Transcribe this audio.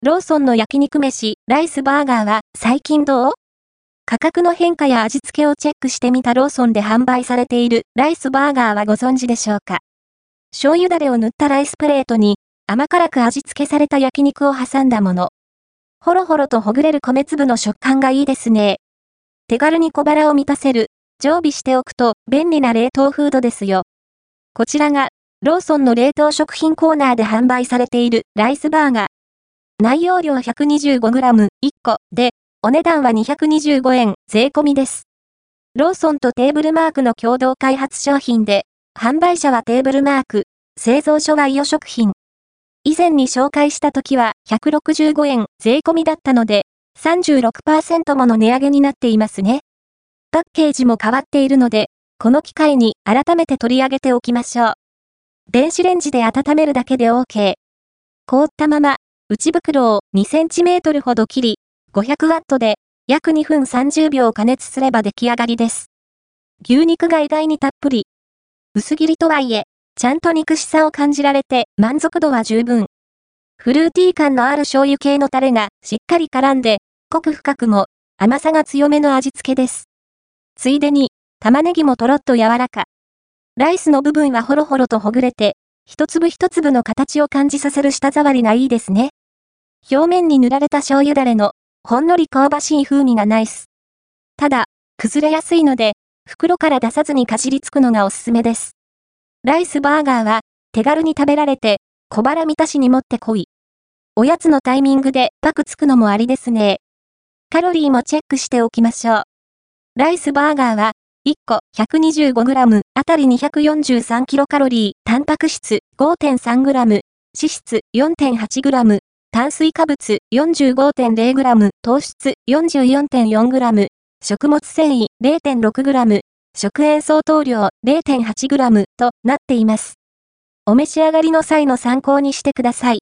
ローソンの焼肉飯、ライスバーガーは最近どう？価格の変化や味付けをチェックしてみたローソンで販売されているライスバーガーはご存知でしょうか？醤油だれを塗ったライスプレートに甘辛く味付けされた焼肉を挟んだもの。ほろほろとほぐれる米粒の食感がいいですね。手軽に小腹を満たせる、常備しておくと便利な冷凍フードですよ。こちらがローソンの冷凍食品コーナーで販売されているライスバーガー。内容量 125g1 個で、お値段は225円税込みです。ローソンとテーブルマークの共同開発商品で、販売者はテーブルマーク、製造所は伊予食品。以前に紹介した時は165円税込みだったので、36% もの値上げになっていますね。パッケージも変わっているので、この機会に改めて取り上げておきましょう。電子レンジで温めるだけで OK。凍ったまま、内袋を 2cm ほど切り、500W で約2分30秒加熱すれば出来上がりです。牛肉が意外にたっぷり。薄切りとはいえ、ちゃんと肉質さを感じられて満足度は十分。フルーティー感のある醤油系のタレがしっかり絡んで、濃く深くも甘さが強めの味付けです。ついでに、玉ねぎもとろっと柔らか。ライスの部分はほろほろとほぐれて、一粒一粒の形を感じさせる舌触りがいいですね。表面に塗られた醤油だれの、ほんのり香ばしい風味がナイス。ただ、崩れやすいので、袋から出さずにかじりつくのがおすすめです。ライスバーガーは、手軽に食べられて、小腹満たしにもってこい。おやつのタイミングでパクつくのもありですね。カロリーもチェックしておきましょう。ライスバーガーは、1個 125g あたり 243kcal、タンパク質 5.3g、脂質 4.8g、炭水化物 45.0g、糖質 44.4g、食物繊維 0.6g、食塩相当量 0.8g となっています。お召し上がりの際の参考にしてください。